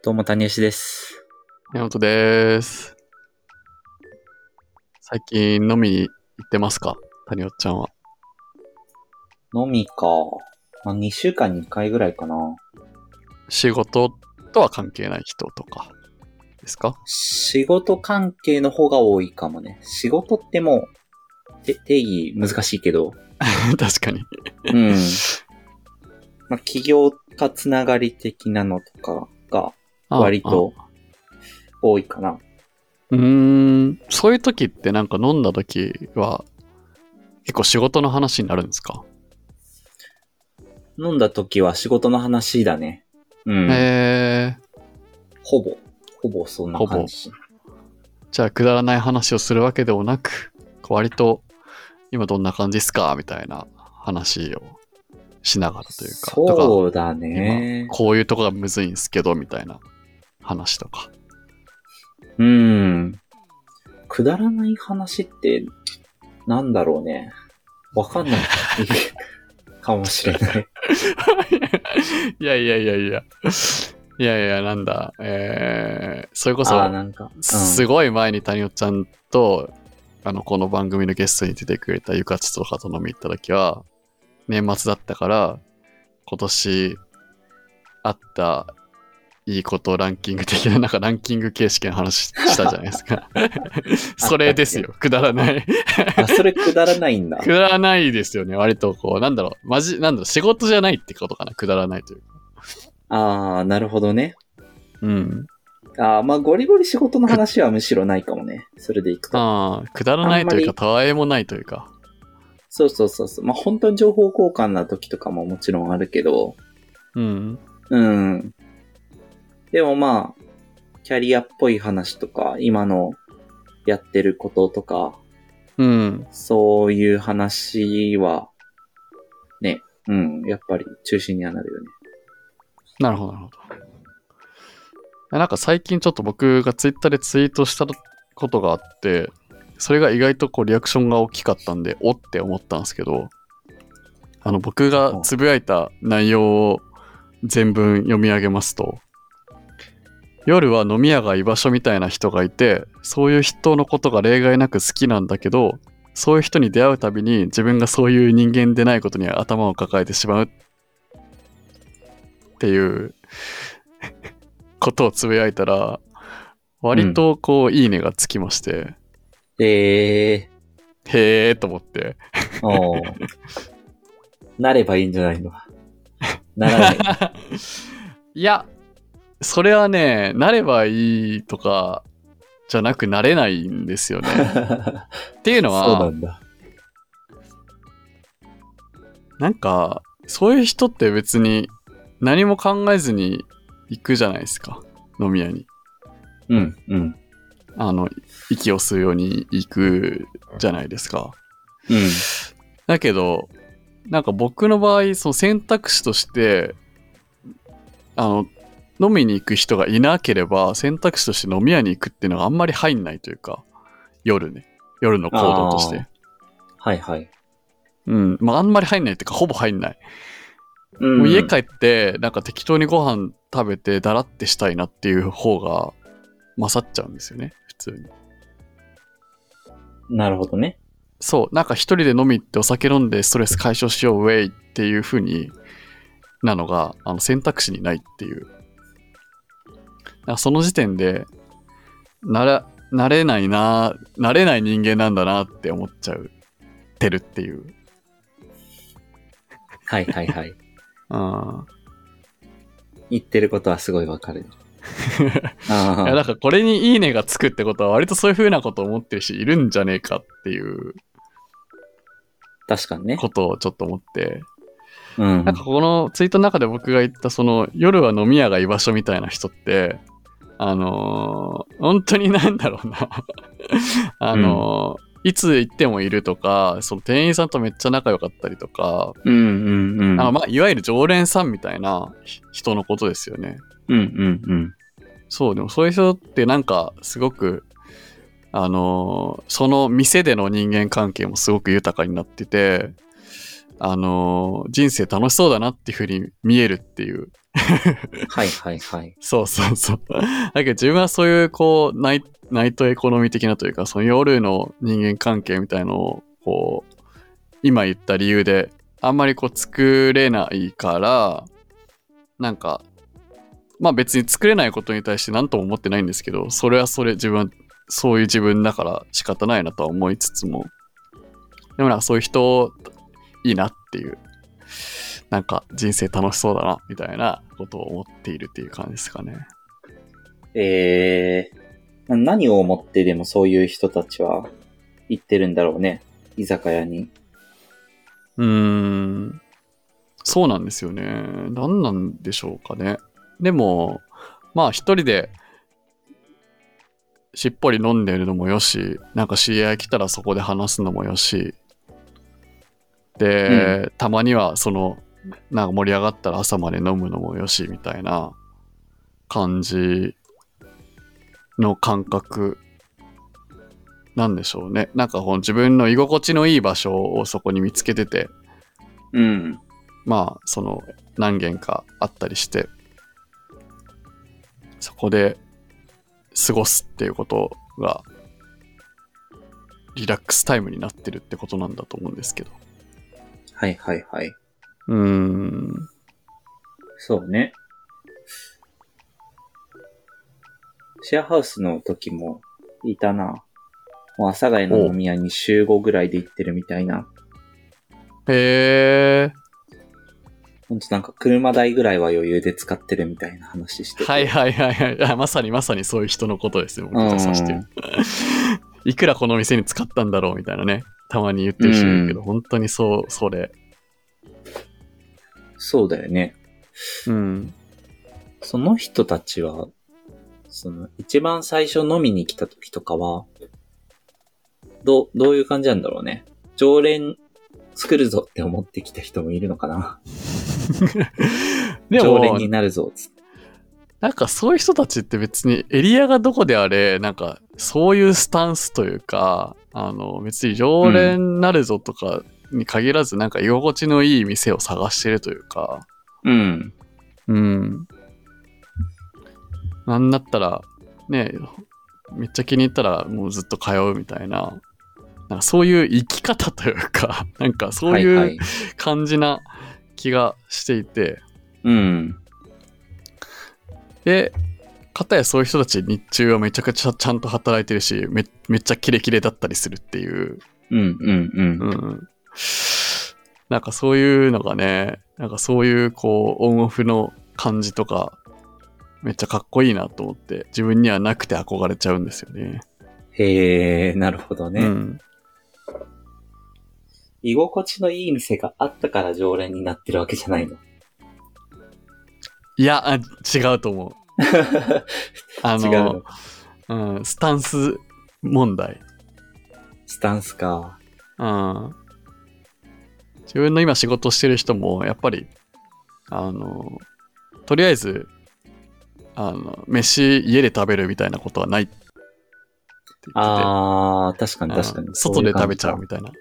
どうも、谷吉です。 山本です。最近飲みに行ってますか、谷尾ちゃんは。 飲みか。2週間に1回ぐらいかな。 仕事とは関係ない人とかですか？ 仕事関係の方が多いかもね。仕事ってもう、定義難しいけど。 確かに。 うん。起業家つながり的なのとかが割と多いかな。 そういう時ってなんか飲んだ時は結構仕事の話になるんですか？ 飲んだ時は仕事の話だね。うん。ほぼそんな感じ。 じゃあくだらない話をするわけでもなく、割と今どんな感じですかみたいな話をしながらというか。 そうだね。 今こういうとこがむずいんすけどみたいな話とか。 くだらない話ってなんだろうね。わかんないかもしれない。 いや、なんだ。それこそ、すごい前に谷尾ちゃんと、この番組のゲストに出てくれたゆかちとかと飲み行った時は、年末だったから、今年あったいいことランキング的な、なんかランキング形式の話したじゃないですか。それですよ。くだらない。 それくだらないんだ。 くだらないですよね。割とこう、なんだろう、仕事じゃないってことかな。くだらないというか。 なるほどね。 うん。 ゴリゴリ仕事の話はむしろないかもね。それでいくと。 くだらないというか、たわいもないというか。 そう。本当に情報交換な時とかももちろんあるけど。 うん。 でもキャリアっぽい話とか、今のやってることとか、そういう話は、ね、やっぱり中心にはなるよね。 なるほど。なんか最近ちょっと僕がツイッターでツイートしたことがあって、それが意外とこうリアクションが大きかったんで、おって思ったんですけど、僕がつぶやいた内容を全文読み上げますと、夜は飲み屋が居場所みたいな人がいて、そういう人のことが例外なく好きなんだけど、そういう人に出会うたびに自分がそういう人間でないことに頭を抱えてしまうっていうことをつぶやいたら、割とこういいねがつきまして、へーと思ってなればいいんじゃないの。ならない。 いや、それはね、なればいいとかじゃなくなれないんですよね。っていうのは、 そうなんだ。 なんかそういう人って別に何も考えずに行くじゃないですか、飲み屋に。息を吸うように行くじゃないですか。だけど、なんか僕の場合、その選択肢として、飲みに行く人がいなければ、選択肢として飲み屋に行くっていうのがあんまり入んないというか、夜の行動として。 はいはい。 あんまり入んないっていうか、ほぼ入んない。もう家帰って、なんか適当にご飯食べて、だらってしたいなっていう方が勝っちゃうんですよね、普通に。 なるほどね。 そう、なんか一人で飲み行ってお酒飲んでストレス解消しようウェイっていう風になのが選択肢にないっていう。その時点でなれない人間なんだなって思っちゃうてるっていう。 はい。言ってることはすごいわかる。 いや、なんかこれにいいねがつくってことは割とそういう風なことを思ってる人いるんじゃねえかっていう確かにねことをちょっと思って、なんかこのツイートの中で僕が言ったその夜は飲み屋が居場所みたいな人って本当になんだろうないつ行ってもいるとか、その店員さんとめっちゃ仲良かったりとか、いわゆる常連さんみたいな人のことですよね。そう、でもそういう人ってなんかすごくその店での人間関係もすごく豊かになってて、人生楽しそうだなっていう風に見えるっていうはいはいはい。 そうそうそう。だけど自分はそういうこうナイトエコノミー的なというか、その夜の人間関係みたいのをこう今言った理由であんまりこう作れないから、なんかまあ別に作れないことに対して何とも思ってないんですけど、それはそれ自分はそういう自分だから仕方ないなとは思いつつも、でもなんかそういう人いいなっていう、なんか人生楽しそうだなみたいなことを思っているっていう感じですかね。 何を思ってでもそういう人たちは行ってるんだろうね。居酒屋に。 そうなんですよね。何なんでしょうかね。でも、まあ一人でしっぽり飲んでるのもよし、なんか知り合い来たらそこで話すのもよし、で、たまにはその、なんか盛り上がったら朝まで飲むのもよし、みたいな感じの感覚なんでしょうね。なんかこの自分の居心地のいい場所をそこに見つけてて、まあその何軒かあったりして、そこで過ごすっていうことがリラックスタイムになってるってことなんだと思うんですけど。 はいはいはい。そうね。シェアハウスの時もいたな。もう阿佐ヶ谷の飲み屋に週5ぐらいで行ってるみたいな。 へー。 ほんとなんか車代ぐらいは余裕で使ってるみたいな話してて。 はいはいはいはい。まさにそういう人のことですよ。僕が指してる。いくらこの店に使ったんだろうみたいなね。たまに言ってる人いるけど、本当にそれ。 そうだよね。その人たちは、その一番最初飲みに来た時とかは、どういう感じなんだろうね。常連作るぞって思ってきた人もいるのかな。でも常連になるぞっつって。 なんかそういう人たちって別にエリアがどこであれ、なんかそういうスタンスというか、別に常連なるぞとかに限らず、なんか居心地のいい店を探してるというか、なんだったら、ね、めっちゃ気に入ったらもうずっと通うみたいな、なんかそういう生き方というか、なんかそういう感じな気がしていて、で、かたやそういう人たち日中はめちゃくちゃちゃんと働いてるし、めっちゃキレキレだったりするっていう。なんかそういうのがね、なんかそういうこうオンオフの感じとか、めっちゃかっこいいなと思って、自分にはなくて憧れちゃうんですよね。 へー、なるほどね。居心地のいい店があったから常連になってるわけじゃないの？ いや、違うと思う。 違うの？スタンス問題。 スタンスか。 自分の今仕事してる人も、やっぱり、とりあえず、飯家で食べるみたいなことはないって言ってて。 確かに確かに。 外で食べちゃうみたいな。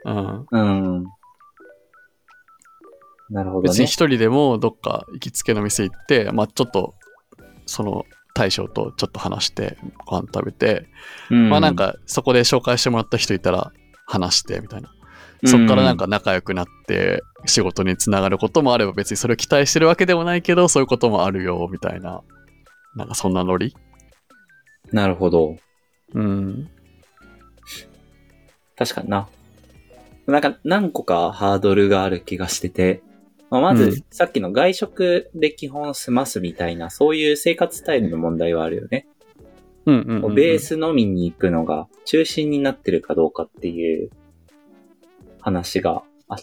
なるほどね。 別に一人でもどっか行きつけの店行って、まあちょっと、その大将とちょっと話してご飯食べて、まあなんかそこで紹介してもらった人いたら話してみたいな。そっからなんか仲良くなって仕事につながることもあれば、別にそれを期待してるわけでもないけど、そういうこともあるよみたいな、なんかそんなノリ。 なるほど。確かにな。なんか何個かハードルがある気がしてて、まず、さっきの外食で基本済ますみたいな、そういう生活スタイルの問題はあるよね。ベース飲みに行くのが中心になってるかどうかっていう話があって、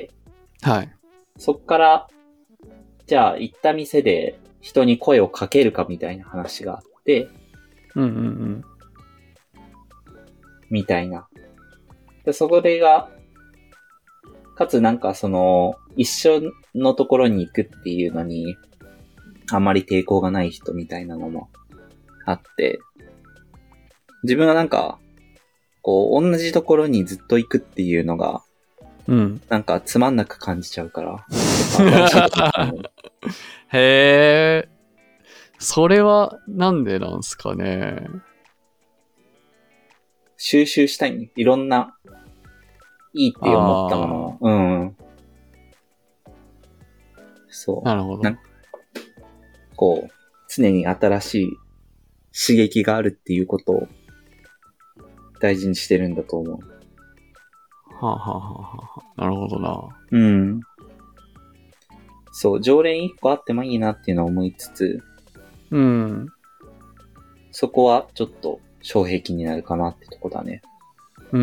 そっから、じゃあ行った店で人に声をかけるかみたいな話があって、みたいな。でそこでが、かつなんかその、一緒のところに行くっていうのに、あまり抵抗がない人みたいなのもあって、自分はなんか、こう、同じところにずっと行くっていうのが、なんかつまんなく感じちゃうから、 へえ。それはなんでなんすかね。 収集したいね。いろんな、いいって思ったものを。うん。そう。 なるほど。 こう、常に新しい刺激があるっていうことを大事にしてるんだと思う。 はあ、はあはあ、なるほどな。 うん。そう、常連一個あってもいいなっていうのを思いつつ、 うん。 そこはちょっと障壁になるかなってとこだね。 うん。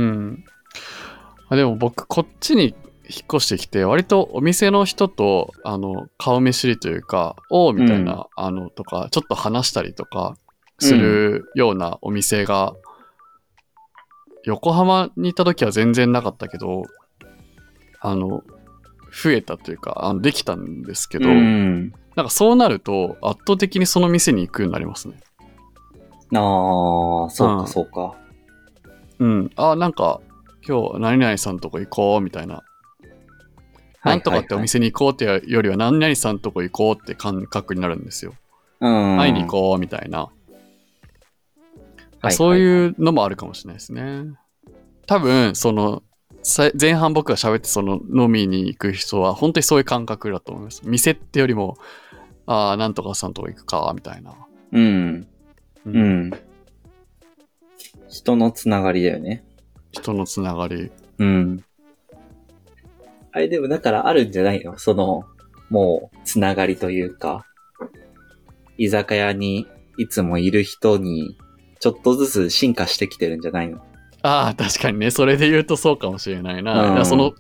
でも僕、こっちに引っ越してきて、割とお店の人と、顔見知りというか、みたいな、とか、ちょっと話したりとか、するようなお店が、横浜にいた時は全然なかったけど、増えたというか、できたんですけど、なんかそうなると、圧倒的にその店に行くようになりますね。 ああ、そうか、そうか。 うん。なんか、今日何々さんとこ行こうみたいな。なんとかってお店に行こうってよりは何々さんとこ行こうって感覚になるんですよ。会いに行こうみたいな。そういうのもあるかもしれないですね。多分、前半僕が喋って飲みに行く人は本当にそういう感覚だと思います。店ってよりも、なんとかさんとこ行くか、みたいな。 うん。うん。人のつながりだよね。 人のつながり。 うん。あれでもだからあるんじゃないの？もう、つながりというか、居酒屋にいつもいる人に、ちょっとずつ進化してきてるんじゃないの？ 確かにね。それで言うとそうかもしれないな。その、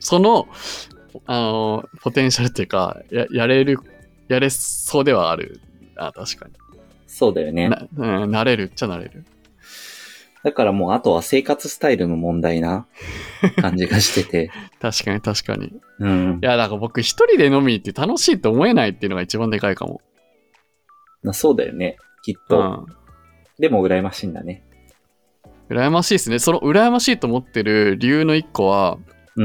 ポテンシャルっていうか、やれそうではある。確かに。 そうだよね。 なれるっちゃなれる。 だからもうあとは生活スタイルの問題な感じがしてて。 確かに確かに。 うん。 いや、だから僕一人で飲み行って楽しいと思えないっていうのが一番でかいかも。 そうだよね。きっと。でも羨ましいんだね。 羨ましいですね。その羨ましいと思ってる理由の一個は、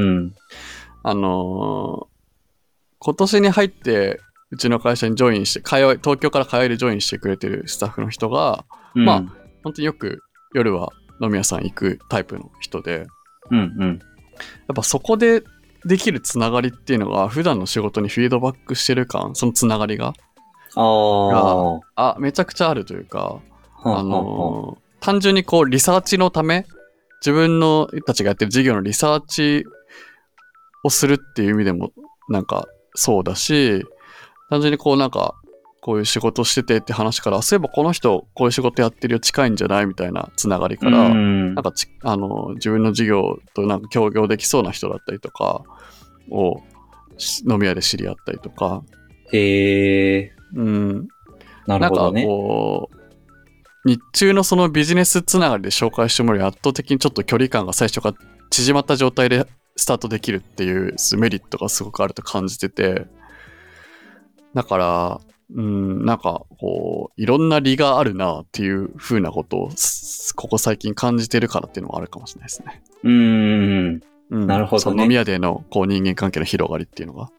今年に入ってうちの会社にジョインして東京から通えるジョインしてくれてるスタッフの人が、本当によく夜は飲み屋さん行くタイプの人で、やっぱそこでできるつながりっていうのが普段の仕事にフィードバックしてる感、そのつながりがめちゃくちゃあるというか、単純にリサーチのため、自分のたちがやってる事業のリサーチをするっていう意味でもなんかそうだし、単純にこういう仕事しててって話から、そういえばこの人こういう仕事やってるよ、近いんじゃないみたいなつながりから、自分の事業と協業できそうな人だったりとかを飲み屋で知り合ったりとか。 へー。なるほどね。 日中のそのビジネスつながりで紹介してもらい、圧倒的にちょっと距離感が最初から縮まった状態でスタートできるっていうメリットがすごくあると感じてて、だからいろんな利があるなっていう風なことをここ最近感じてるからっていうのもあるかもしれないですね。 なるほどね。 飲み屋での人間関係の広がりっていうのが。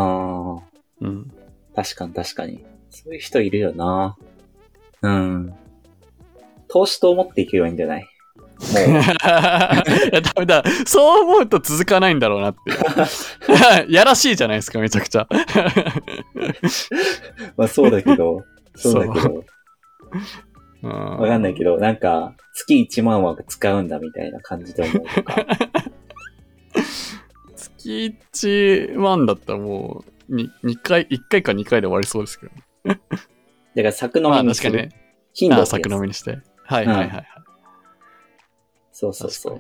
確かに確かに。そういう人いるよな。投資と思っていけばいいんじゃない？もう。いや、ダメだ。そう思うと続かないんだろうなって。やらしいじゃないですか、めちゃくちゃ。 まあそうだけど。わかんないけど、月1万は使うんだみたいな感じで思うとか。 月1万だったらもう、1回か2回で終わりそうですけど。 だから作飲みにして。 確かにね。頻度を作飲みにして。はいはいはい。 そう。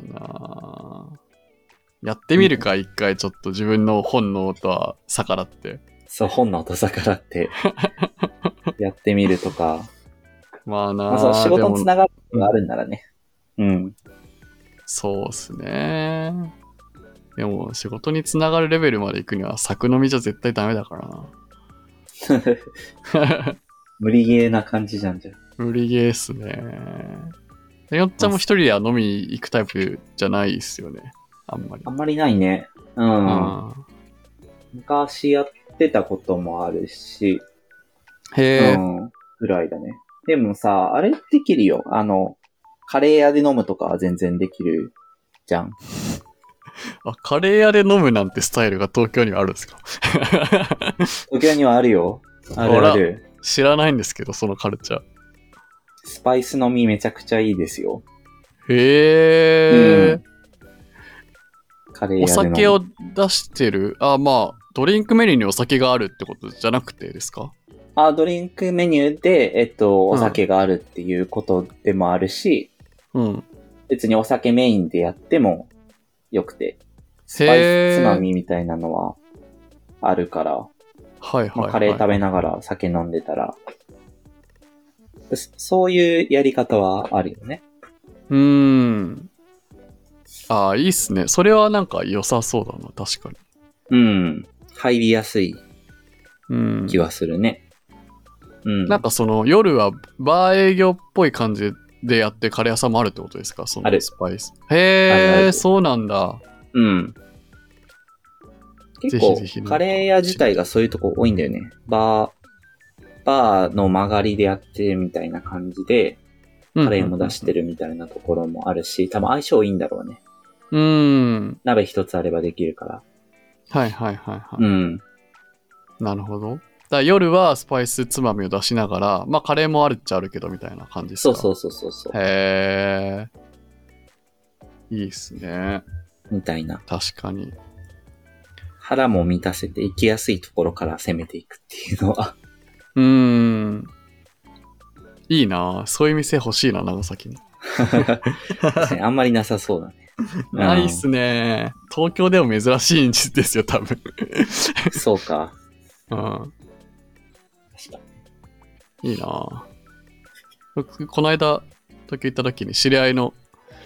やってみるか、一回ちょっと自分の本能とは逆らって。 そう、本能と逆らって、やってみるとか。そう、仕事につながるのがあるんならね。 そうっすね。でも、仕事につながるレベルまで行くには、作飲みじゃ絶対ダメだからな。無理ゲーな感じじゃんじゃん。 無理ゲーっすね。よっちゃんも一人では飲み行くタイプじゃないっすよね。あんまりないね。昔やっってたこともあるし、 へー。 ぐらいだね。でもさ、あれできるよ。カレー屋で飲むとかは全然できるじゃん。 あ、カレー屋で飲むなんてスタイルが東京にはあるんですか？ 東京にはあるよ。あるある。 知らないんですけど、そのカルチャー。 スパイス飲みめちゃくちゃいいですよ。 へー。 カレー屋で飲む。 お酒を出してる、まあ、ドリンクメニューにお酒があるってことじゃなくてですか？ ドリンクメニューで、お酒があるっていうことでもあるし、別にお酒メインでやってもよくて、スパイスつまみみたいなのはあるから、カレー食べながら酒飲んでたら、そういうやり方はあるよね。 いいっすね。それはなんか良さそうだな、確かに。入りやすい気はするね。 なんかその夜はバー営業っぽい感じでやってカレー屋さんもあるってことですか？そのスパイス。へー、そうなんだ。 結構カレー屋自体がそういうとこ多いんだよね。バーの曲がりでやってみたいな感じで、カレーも出してるみたいなところもあるし、多分相性いいんだろうね。鍋一つあればできるから。 なるほど。だ夜はスパイスつまみを出しながら、まあカレーもあるっちゃあるけどみたいな感じですか？ そう。 へー。いいっすね。 みたいな。 確かに。 腹も満たせて行きやすいところから攻めていくっていうのは。 いいなぁ。そういう店欲しいな、長崎に。 あんまりなさそうだね。 ないっすね。東京でも珍しいんですよ、多分。 そうか。 確かに。いいなぁ。この間、東京行った時に知り合いの、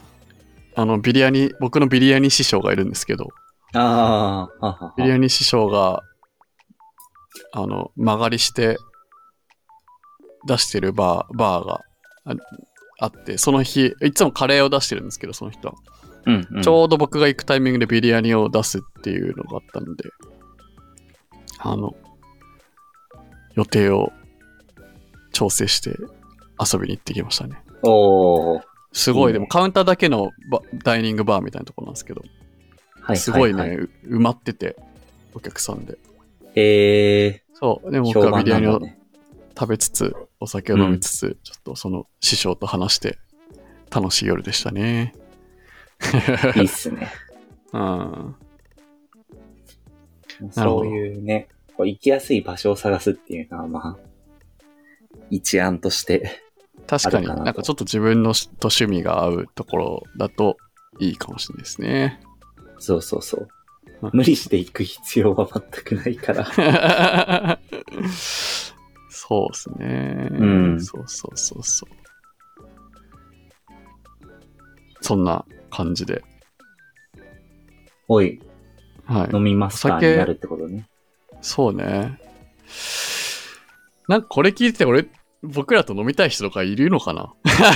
僕のビリヤニ師匠がいるんですけど、ビリヤニ師匠が、間借りして出してるバーがあって、その日、いつもカレーを出してるんですけど、その人は。ちょうど僕が行くタイミングでビリヤニを出すっていうのがあったので、予定を調整して遊びに行ってきましたね。すごい、でもカウンターだけのダイニングバーみたいなところなんですけど、すごいね、埋まってて、お客さんで。そう。でも僕はビリヤニを食べつつ、お酒を飲みつつ、ちょっとその師匠と話して楽しい夜でしたね。 いいっすね。そういうね、行きやすい場所を探すっていうのはまあ、一案として確かになんかちょっと自分のと趣味が合うところだといいかもしれないですね。 そう。無理して行く必要は全くないから。 そうですね。そう。そんな感じで。 飲みますかになるってことね。 そうね。なんかこれ聞いて僕らと飲みたい人とかいるのかな？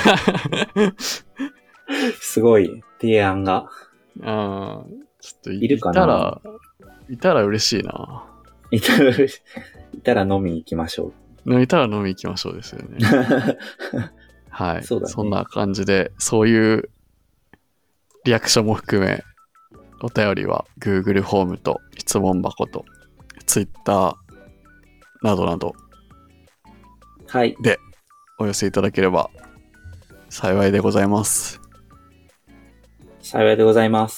すごい提案が。 ちょっといるかな？ いたら嬉しいな。 いたら飲みに行きましょう。いたら飲みに行きましょうですよね。はい。そうだね。そんな感じで、そういうリアクションも含め、お便りは Google フォームと質問箱と Twitter などなどでお寄せいただければ幸いでございます。 幸いでございます。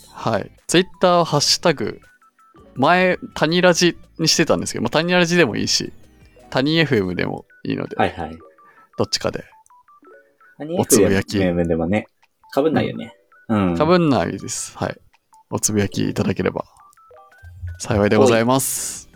はい。Twitter はハッシュタグ前タニラジにしてたんですけど、タニラジでもいいしタニ FM でもいいので、どっちかでおつぶやき。 タニ FM でもね、かぶんないよね。 かぶんないです。はい。おつぶやきいただければ幸いでございます。